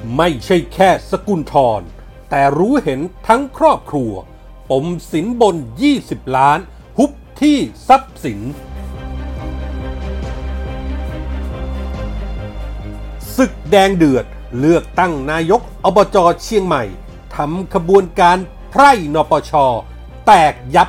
ไม่ใช่แค่สกุลธรแต่รู้เห็นทั้งครอบครัวปมสินบน20 ล้านฮุบที่ทรัพย์สินศึกแดงเดือดเลือกตั้งนายกอบจ.เชียงใหม่ทำขบวนการไพร่นปช.แตกยับ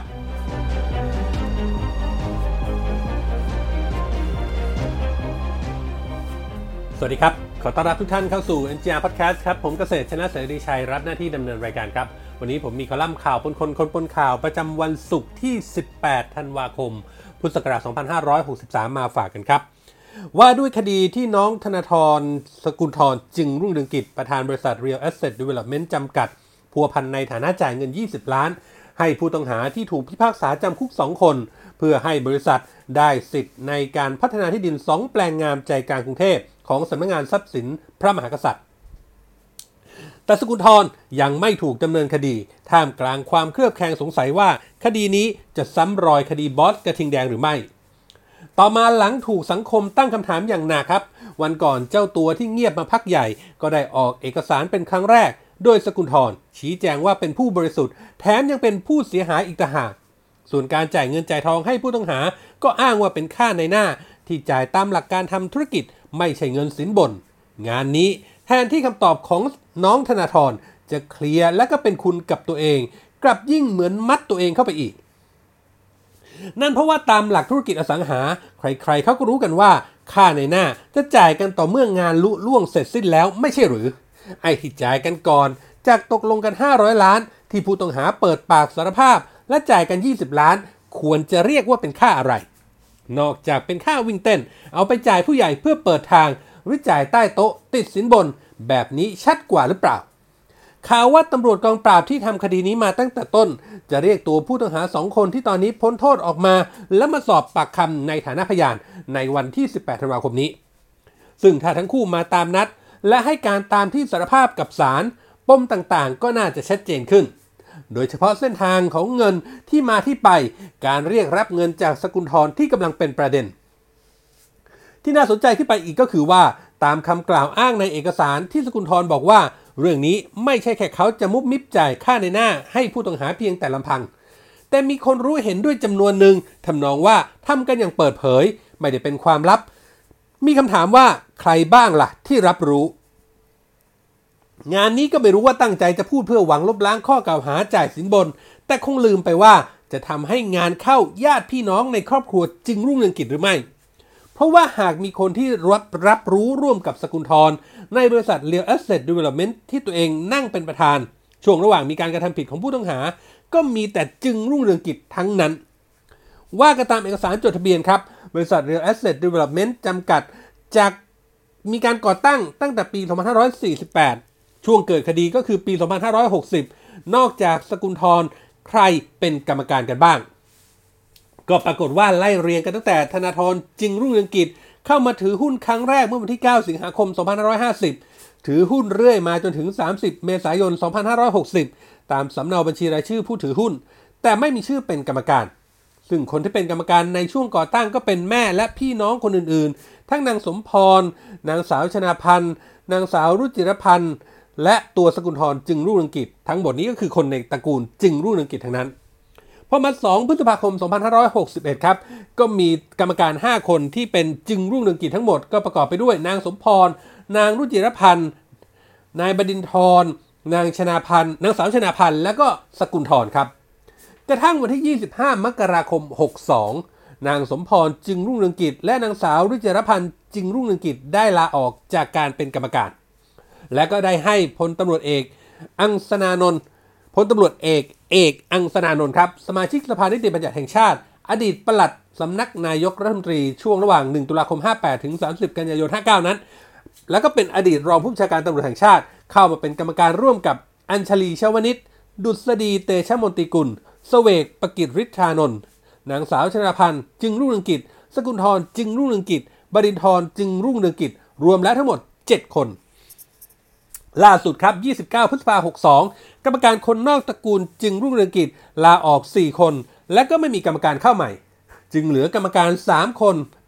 สวัสดีครับขอต้อนรับทุกท่านเข้าสู่ NGR Podcast ครับผมเกษตรชนะเสรีชัยรับหน้าที่ดำเนินรายการครับวันนี้ผมมีคอลัมน์ข่าวปนข่าวประจำวันศุกร์ที่18ธันวาคมพุทธศักราช2563มาฝากกันครับว่าด้วยคดีที่น้องธนทรสกุลธรจึงรุ่งเรืองกิจประธานบริษัท Real Asset Development จำกัดพัวพันในฐานะจ่ายเงิน20 ล้านให้ผู้ต้องหาที่ถูกพิพากษาจำคุก2คนเพื่อให้บริษัทได้สิทธิ์ในการพัฒนาที่ดิน2แปลงงามใจกลางกรุงเทพของสำนักงานทรัพย์สินพระมหากษัตริย์แต่สกุลธรยังไม่ถูกดำเนินคดีท่ามกลางความเคลือบแคลงสงสัยว่าคดีนี้จะซ้ำรอยคดีบอสกระทิงแดงหรือไม่ต่อมาหลังถูกสังคมตั้งคำถามอย่างหนักครับวันก่อนเจ้าตัวที่เงียบมาพักใหญ่ก็ได้ออกเอกสารเป็นครั้งแรกโดยสกุลธรชี้แจงว่าเป็นผู้บริสุทธิ์แถมยังเป็นผู้เสียหายอีกต่างหากส่วนการจ่ายเงินจ่ายทองให้ผู้ต้องหาก็อ้างว่าเป็นค่าในหน้าที่จ่ายตามหลักการทำธุรกิจไม่ใช่เงินสินบนงานนี้แทนที่คำตอบของน้องธนาธรจะเคลียร์และก็เป็นคุณกับตัวเองกลับยิ่งเหมือนมัดตัวเองเข้าไปอีกนั่นเพราะว่าตามหลักธุรกิจอสังหาใครๆเขาก็รู้กันว่าค่าในหน้าจะจ่ายกันต่อเมื่องานลุล่วงเสร็จสิ้นแล้วไม่ใช่หรือไอ้ที่จ่ายกันก่อนจากตกลงกัน500 ล้านที่ผู้ต้องหาเปิดปากสารภาพและจ่ายกัน20 ล้านควรจะเรียกว่าเป็นค่าอะไรนอกจากเป็นค่าวิ่งเต้นเอาไปจ่ายผู้ใหญ่เพื่อเปิดทางหรือจ่ายใต้โต๊ะติดสินบนแบบนี้ชัดกว่าหรือเปล่าข่าวว่าตำรวจกองปราบที่ทำคดีนี้มาตั้งแต่ต้นจะเรียกตัวผู้ต้องหา2คนที่ตอนนี้พ้นโทษออกมาและมาสอบปากคำในฐานะพยานในวันที่18ธันวาคมนี้ซึ่งถ้าทั้งคู่มาตามนัดและให้การตามที่สารภาพกับศาลปมต่างๆก็น่าจะชัดเจนขึ้นโดยเฉพาะเส้นทางของเงินที่มาที่ไปการเรียกรับเงินจากสกุลธรที่กำลังเป็นประเด็นที่น่าสนใจขึ้นไปอีกก็คือว่าตามคำกล่าวอ้างในเอกสารที่สกุลธรบอกว่าเรื่องนี้ไม่ใช่แค่เขาจะมุบมิบจ่ายค่าในหน้าให้ผู้ต้องหาเพียงแต่ลำพังแต่มีคนรู้เห็นด้วยจำนวนหนึ่งทำนองว่าทำกันอย่างเปิดเผยไม่ได้เป็นความลับมีคำถามว่าใครบ้างล่ะที่รับรู้งานนี้ก็ไม่รู้ว่าตั้งใจจะพูดเพื่อหวังลบล้างข้อกล่าวหาจ่ายสินบนแต่คงลืมไปว่าจะทำให้งานเข้าญาติพี่น้องในครอบครัวจึงรุ่งเรืองกิจหรือไม่เพราะว่าหากมีคนที่รับรู้ร่วมกับสกุลธรในบริษัท Real Asset Development ที่ตัวเองนั่งเป็นประธานช่วงระหว่างมีการกระทำผิดของผู้ต้องหาก็มีแต่จึงรุ่งเรืองกิจทั้งนั้นว่ากันตามเอกสารจดทะเบียนครับบริษัท Real Asset Development จำกัดจากมีการก่อตั้งตั้งแต่ปี 2548 ช่วงเกิดคดีก็คือปี 2560 นอกจากสกุลธรใครเป็นกรรมการกันบ้างก็ปรากฏว่าไล่เรียงกันตั้งแต่ธนาธรจึงรุ่งเรืองกิจเข้ามาถือหุ้นครั้งแรกเมื่อวันที่9สิงหาคม2550ถือหุ้นเรื่อยมาจนถึง30เมษายน2560ตามสำเนาบัญชีรายชื่อผู้ถือหุ้นแต่ไม่มีชื่อเป็นกรรมการซึ่งคนที่เป็นกรรมการในช่วงก่อตั้งก็เป็นแม่และพี่น้องคนอื่นๆทั้งนางสมพรนางสาวชนาพันธ์นางสาวรุจิรพันธ์และตัวสกุลธรจึงรุ่งเรืองกิจทั้งหมดนี้ก็คือคนในตระกูลจึงรุ่งเรืองกิจทั้งนั้นพอมา2พฤษภาคม2561ครับก็มีกรรมการ5คนที่เป็นจึงรุ่งเรืองกิจทั้งหมดก็ประกอบไปด้วยนางสมพรนางรุจิรพันธ์นายบดินทร์นางชนาพันธ์นางสาวชนาพันธ์และก็สกุลธรครับกระทั่งวันที่25มกราคม62นางสมพรจึงรุ่งเรืองกิจและนางสาวรุจิรพันธ์จึงรุ่งเรืองกิจได้ลาออกจากการเป็นกรรมการและก็ได้ให้พลตำรวจเอกอังสนานนท์พลตำรวจเอกอังสนานนท์ครับสมาชิกสภานิติบัญญัติแห่งชาติอดีตปลัดสำนักนายกรัฐมนตรีช่วงระหว่าง1ตุลาคม58ถึง30กันยายน59นั้นแล้วก็เป็นอดีตรองผู้บัญชาการตำรวจแห่งชาติเข้ามาเป็นกรรมการร่วมกับอัญชลีชวนิชดุษฎีเตชะมนตรีกุลเสวกปกิจฤทธานนท์นางสาวชนาพันธ์จึงรุ่งเรืองกิจสกุลธรจึงรุ่งเรืองกิจบดินทร์จึงรุ่งเรืองกิจรวมแล้วทั้งหมด7คนล่าสุดครับ29พฤษภาคม62กรรมการคนนอกตระกูลจึงรุ่งเรืองกิจลาออก4คนและก็ไม่มีกรรมการเข้าใหม่จึงเหลือกรรมการ3คนเ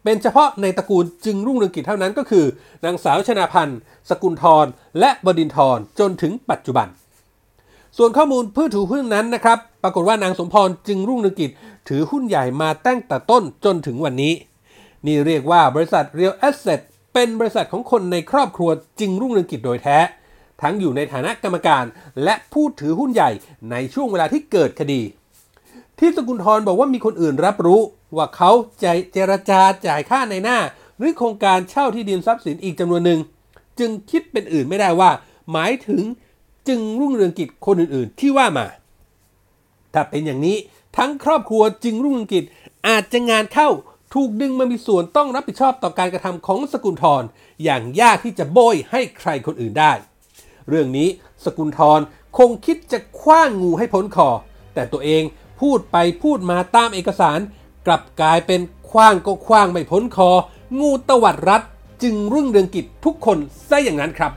เป็นเฉพาะในตระกูลจึงรุ่งเรืองกิจเท่านั้นก็คือนางสาวชนาพันธ์สกุลธรและบดินทร์จนถึงปัจจุบันส่วนข้อมูลผู้ถือหุ้นนั้นนะครับปรากฏว่านางสมพรจึงรุ่งเรืองกิจถือหุ้นใหญ่มาตั้งแต่ต้นจนถึงวันนี้นี่เรียกว่าบริษัท Real Asset เป็นบริษัทของคนในครอบครัวจึงรุ่งเรืองกิจโดยแท้ทั้งอยู่ในฐานะกรรมการและผู้ถือหุ้นใหญ่ในช่วงเวลาที่เกิดคดีที่สกุลธรบอกว่ามีคนอื่นรับรู้ว่าเขาเจรจาจ่ายค่าในหน้าหรือโครงการเช่าที่ดินทรัพย์สินอีกจำนวนหนึ่งจึงคิดเป็นอื่นไม่ได้ว่าหมายถึงจึงรุ่งเรืองกิจคนอื่นๆที่ว่ามาถ้าเป็นอย่างนี้ทั้งครอบครัวจึงรุ่งเรืองกิจอาจจะงานเข้าถูกดึงมามีส่วนต้องรับผิดชอบต่อการกระทำของสกุลธรอย่างยากที่จะโบยให้ใครคนอื่นได้เรื่องนี้สกุลธรคงคิดจะคว้างงูให้พ้นคอแต่ตัวเองพูดไปพูดมาตามเอกสารกลับกลายเป็นคว้างก็คว้างไม่พ้นคองูตวัดรัดจึงรุ่งเรืองกิจทุกคนซะอย่างนั้นครับ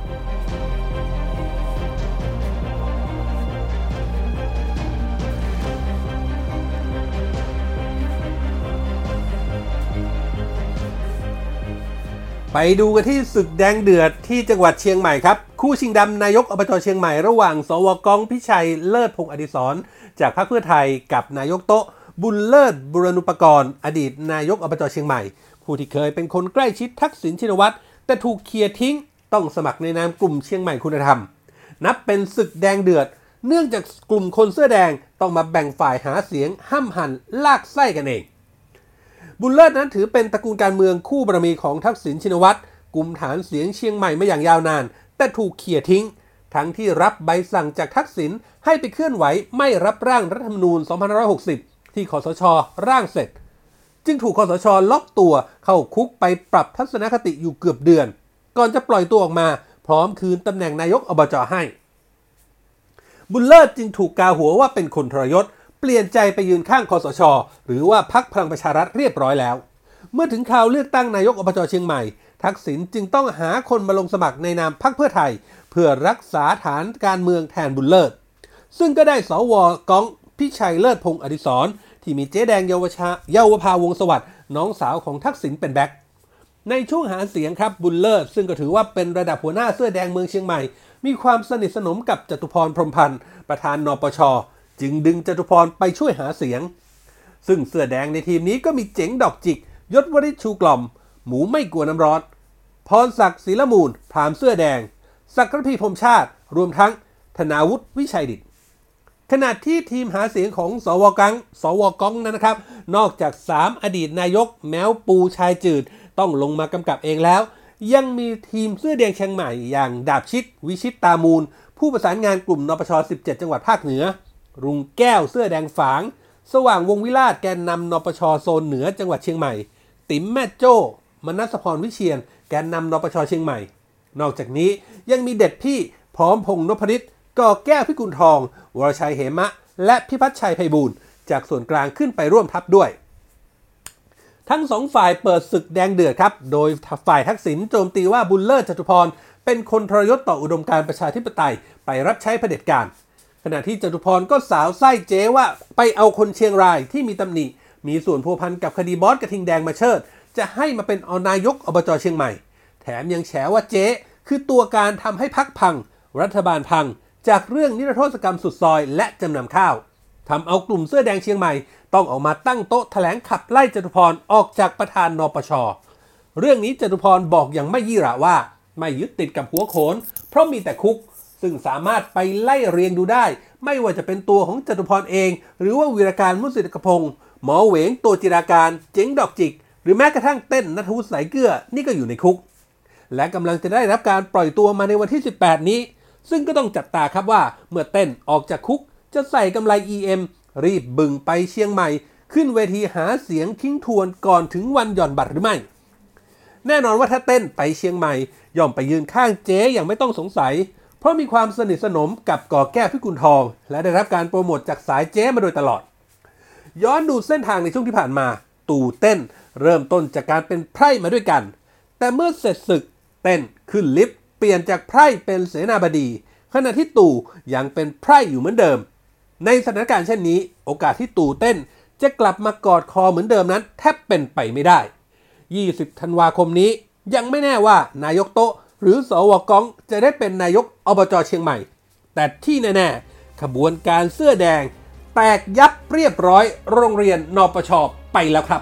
ไปดูกันที่ศึกแดงเดือดที่จังหวัดเชียงใหม่ครับคู่ชิงดำนายกอบจ.เชียงใหม่ระหว่างสว.ก้องพิชัยเลิศพงษ์อดิศรจากพรรคเพื่อไทยกับนายกโต๊ะบุญเลิศบุรณุปกรณ์อดีตนายกอบจ.เชียงใหม่ผู้ที่เคยเป็นคนใกล้ชิดทักษิณชินวัตรแต่ถูกเคลียร์ทิ้งต้องสมัครในนามกลุ่มเชียงใหม่คุณธรรมนับเป็นศึกแดงเดือดเนื่องจากกลุ่มคนเสื้อแดงต้องมาแบ่งฝ่ายหาเสียงห้ำหั่นลากไส้กันเองบุญเลิศนั้นถือเป็นตระกูลการเมืองคู่บารมีของทักษิณชินวัตรกุมฐานเสียงเชียงใหม่มาอย่างยาวนานแต่ถูกเขี่ยทิ้งทั้งที่รับใบสั่งจากทักษิณให้ไปเคลื่อนไหวไม่รับร่างรัฐธรรมนูญ 2560 ที่คสช.ร่างเสร็จจึงถูกคสช.ล็อกตัวเข้าคุกไปปรับทัศนคติอยู่เกือบเดือนก่อนจะปล่อยตัวออกมาพร้อมคืนตำแหน่งนายกอบจ.ให้บุญเลิศจึงถูกกาหัวว่าเป็นคนทรยศเปลี่ยนใจไปยืนข้างคสช.หรือว่าพรรคพลังประชารัฐเรียบร้อยแล้วเมื่อถึงคราวเลือกตั้งนายกอบจ.เชียงใหม่ทักษิณจึงต้องหาคนมาลงสมัครในนามพรรคเพื่อไทยเพื่อรักษาฐานการเมืองแทนบุญเลิศซึ่งก็ได้สว.ก้องพิชัยเลิศพงษ์อดิศรที่มีเจ๊แดงเยาวภาวงศ์สวัสดิ์น้องสาวของทักษิณเป็นแบ็คในช่วงหาเสียงครับบุญเลิศซึ่งก็ถือว่าเป็นระดับหัวหน้าเสื้อแดงเมืองเชียงใหม่มีความสนิทสนมกับจตุพรพรหมพันธ์ประธานนปช.จึงดึงจตุพรไปช่วยหาเสียงซึ่งเสื้อแดงในทีมนี้ก็มีเจ๋งดอกจิกยศวริชชูกล่อมหมูไม่กลัวน้ำร้อนพรศักดิ์ศิลมูลพรามเสื้อแดงศักดิ์พีพรหมชาติรวมทั้งธนาวุฒิวิชัยดิษฐ์ขณะที่ทีมหาเสียงของสว.ก้องนั้นนะครับนอกจาก3อดีตนายกแม้วปูชายจืดต้องลงมากำกับเองแล้วยังมีทีมเสื้อแดงเชียงใหม่อย่างดาบชิดวิชิตตามูลผู้ประสานงานกลุ่มนปช17จังหวัดภาคเหนือรุงแก้วเสื้อแดงฝางสว่างวงวิราชแกนนำนปชโซนเหนือจังหวัดเชียงใหม่ติ๋มแม่โจ้มนัสพรวิเชียรแกนนำนปชเชียงใหม่นอกจากนี้ยังมีเด็ดพี่พร้อมพงษ์นพฤทธิ์ก่อแก้วพิกุลทองวรชัยเหมะและพิพัฒน์ชัยไพบูลย์จากส่วนกลางขึ้นไปร่วมทัพด้วยทั้งสองฝ่ายเปิดศึกแดงเดือดครับโดยฝ่ายทักษิณโจมตีว่าบุญเลิศจตุพรเป็นคนทรยศต่ออุดมการณ์ประชาธิปไตยไปรับใช้เผด็จการขณะที่จตุพรก็สาวไส้เจ๊ว่าไปเอาคนเชียงรายที่มีตำหนิมีส่วนพัวพันกับคดีบอสกระทิงแดงมาเชิดจะให้มาเป็นนายกอบจ.เชียงใหม่แถมยังแฉว่าเจ๊คือตัวการทำให้พรรคพังรัฐบาลพังจากเรื่องนิรโทษกรรมสุดซอยและจำนำข้าวทำเอากลุ่มเสื้อแดงเชียงใหม่ต้องออกมาตั้งโต๊ะแถลงขับไล่จตุพรออกจากประธานนปช.เรื่องนี้จตุพรบอกอย่างไม่ยี่หระว่าไม่ยึดติดกับหัวโขนเพราะมีแต่คุกซึ่งสามารถไปไล่เรียงดูได้ไม่ว่าจะเป็นตัวของจตุพรเองหรือว่าวีรการมุสิตกพงศ์หมอเหวงตัวจิราการเจ๋งดอกจิกหรือแม้กระทั่งเต้นณัฐวุฒิสายเกลือนี่ก็อยู่ในคุกและกำลังจะได้รับการปล่อยตัวมาในวันที่18นี้ซึ่งก็ต้องจับตาครับว่าเมื่อเต้นออกจากคุกจะใส่กำไร EM รีบบึงไปเชียงใหม่ขึ้นเวทีหาเสียงทิ้งทวนก่อนถึงวันหย่อนบัตรหรือไม่แน่นอนว่าถ้าเต้นไปเชียงใหม่ย่อมไปยืนข้างเจ๊อย่างไม่ต้องสงสัยเพราะมีความสนิทสนมกับก่อแก้วพิกุลทองและได้รับการโปรโมทจากสายเจ๊มาโดยตลอดย้อนดูเส้นทางในช่วงที่ผ่านมาตู่เต้นเริ่มต้นจากการเป็นไพร่มาด้วยกันแต่เมื่อเสร็จศึกเต้นขึ้นลิฟต์เปลี่ยนจากไพร่เป็นเสนาบดีขณะที่ตู่ยังเป็นไพร่อยู่เหมือนเดิมในสถานการณ์เช่นนี้โอกาสที่ตู่เต้นจะกลับมากอดคอเหมือนเดิมนั้นแทบเป็นไปไม่ได้ 20 ธันวาคมนี้ยังไม่แน่ว่านายกโต๊ะหรือสวก้องจะได้เป็นนายกอบจเชียงใหม่แต่ที่แน่ๆขบวนการเสื้อแดงแตกยับเรียบร้อยโรงเรียนนปช.ไปแล้วครับ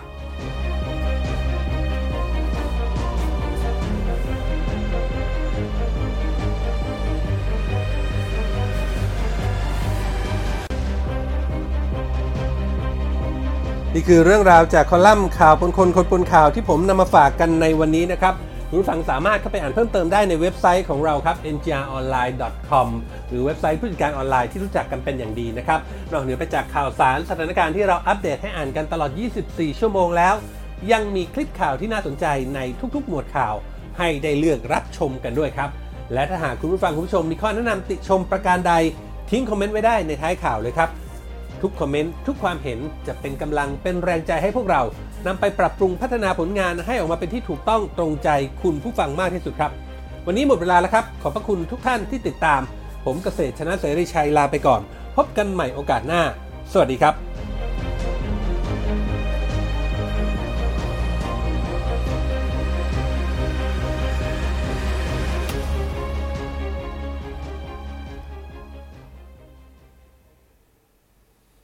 นี่คือเรื่องราวจากคอลัมน์ข่าวปนคนคนปนข่าวที่ผมนำมาฝากกันในวันนี้นะครับคุณผู้ฟังสามารถเข้าไปอ่านเพิ่มเติมได้ในเว็บไซต์ของเราครับ ngronline.com หรือเว็บไซต์ผู้จัดการออนไลน์ที่รู้จักกันเป็นอย่างดีนะครับนอกเหนือไปจากข่าวสารสถานการณ์ที่เราอัปเดตให้อ่านกันตลอด 24 ชั่วโมงแล้วยังมีคลิปข่าวที่น่าสนใจในทุกๆหมวดข่าวให้ได้เลือกรับชมกันด้วยครับและถ้าหากคุณผู้ฟังคุณผู้ชมมีข้อแนะนำติชมประการใดทิ้งคอมเมนต์ไว้ได้ในท้ายข่าวเลยครับทุกคอมเมนต์ทุกความเห็นจะเป็นกำลังเป็นแรงใจให้พวกเรานำไปปรับปรุงพัฒนาผลงานให้ออกมาเป็นที่ถูกต้องตรงใจคุณผู้ฟังมากที่สุดครับวันนี้หมดเวลาแล้วครับขอบพระคุณทุกท่านที่ติดตามผมเกษตรชนะเสรีชัยลาไปก่อนพบกันใหม่โอกาสหน้าสวัสดีครับ